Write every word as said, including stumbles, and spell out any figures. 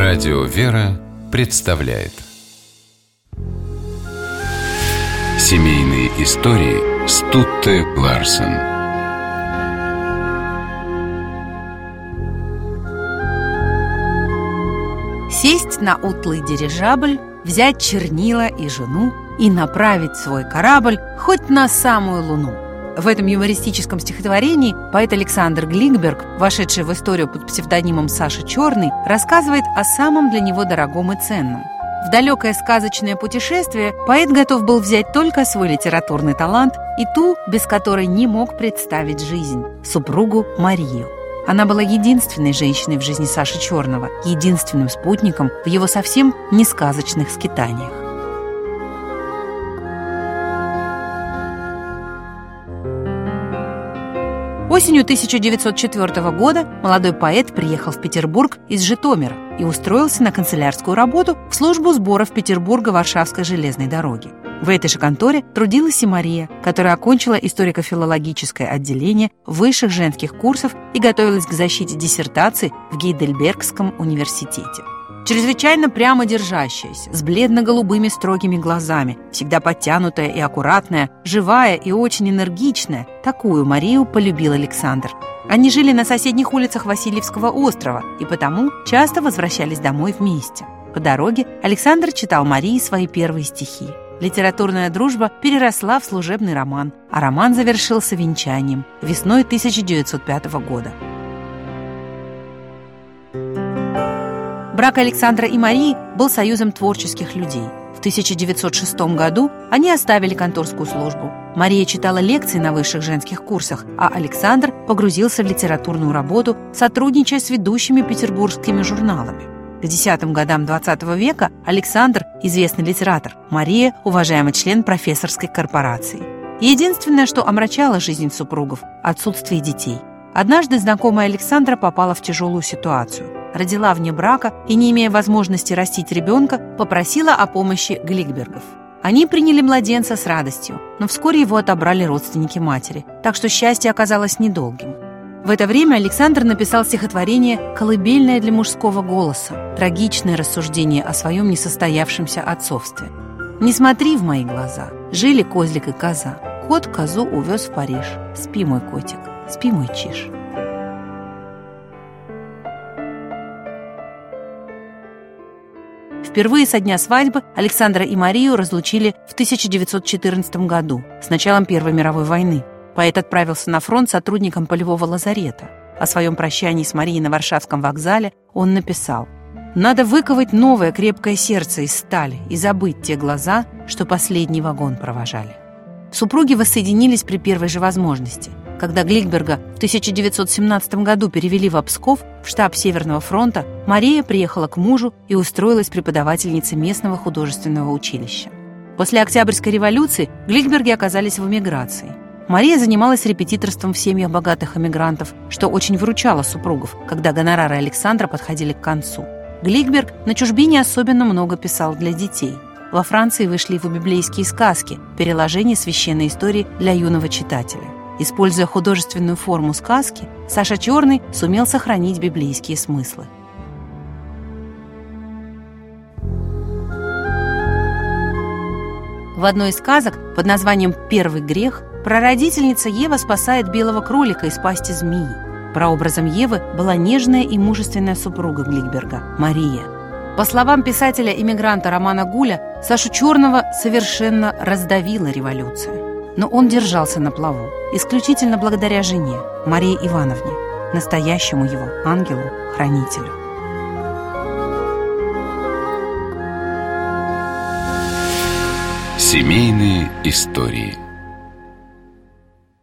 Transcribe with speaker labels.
Speaker 1: Радио «Вера» представляет семейные истории Стутте Ларсен.
Speaker 2: Сесть на утлый дирижабль, взять чернила и жену и направить свой корабль хоть на самую луну. В этом юмористическом стихотворении поэт Александр Гликберг, вошедший в историю под псевдонимом Саша Черный, рассказывает о самом для него дорогом и ценном. В далекое сказочное путешествие поэт готов был взять только свой литературный талант и ту, без которой не мог представить жизнь – супругу Марию. Она была единственной женщиной в жизни Саши Черного, единственным спутником в его совсем не сказочных скитаниях. Осенью тысяча девятьсот четвёртого года молодой поэт приехал в Петербург из Житомира и устроился на канцелярскую работу в службу сборов Петербурга-Варшавской железной дороги. В этой же конторе трудилась и Мария, которая окончила историко-филологическое отделение высших женских курсов и готовилась к защите диссертации в Гейдельбергском университете. Чрезвычайно прямо держащаяся, с бледно-голубыми строгими глазами, всегда подтянутая и аккуратная, живая и очень энергичная, такую Марию полюбил Александр. Они жили на соседних улицах Васильевского острова и потому часто возвращались домой вместе. По дороге Александр читал Марии свои первые стихи. Литературная дружба переросла в служебный роман, а роман завершился венчанием весной тысяча девятьсот пятого года. Брак Александра и Марии был союзом творческих людей. В тысяча девятьсот шестом году они оставили конторскую службу. Мария читала лекции на высших женских курсах, а Александр погрузился в литературную работу, сотрудничая с ведущими петербургскими журналами. К десятым годам двадцатого века Александр – известный литератор, Мария – уважаемый член профессорской корпорации. Единственное, что омрачало жизнь супругов – отсутствие детей. Однажды знакомая Александра попала в тяжелую ситуацию. Родила вне брака и, не имея возможности растить ребенка, попросила о помощи Гликбергов. Они приняли младенца с радостью, но вскоре его отобрали родственники матери, так что счастье оказалось недолгим. В это время Александр написал стихотворение «Колыбельное для мужского голоса», трагичное рассуждение о своем несостоявшемся отцовстве. «Не смотри в мои глаза, жили козлик и коза, кот козу увез в Париж. Спи, мой котик, спи, мой чиж». Впервые со дня свадьбы Александра и Марию разлучили в тысяча девятьсот четырнадцатом году, с началом Первой мировой войны. Поэт отправился на фронт сотрудником полевого лазарета. О своем прощании с Марией на Варшавском вокзале он написал: «Надо выковать новое крепкое сердце из стали и забыть те глаза, что последний вагон провожали». Супруги воссоединились при первой же возможности. Когда Гликберга в тысяча девятьсот семнадцатом году перевели в Псков, в штаб Северного фронта, Мария приехала к мужу и устроилась преподавательницей местного художественного училища. После Октябрьской революции Гликберги оказались в эмиграции. Мария занималась репетиторством в семьях богатых эмигрантов, что очень выручало супругов, когда гонорары Александра подходили к концу. Гликберг на чужбине особенно много писал для детей. Во Франции вышли его библейские сказки, переложение священной истории для юного читателя. Используя художественную форму сказки, Саша Черный сумел сохранить библейские смыслы. В одной из сказок под названием «Первый грех» прародительница Ева спасает белого кролика из пасти змеи. Прообразом Евы была нежная и мужественная супруга Гликберга – Мария. По словам писателя-иммигранта Романа Гуля, Сашу Черного совершенно раздавила революция. Но он держался на плаву, исключительно благодаря жене, Марии Ивановне, настоящему его ангелу-хранителю.
Speaker 1: Семейные истории.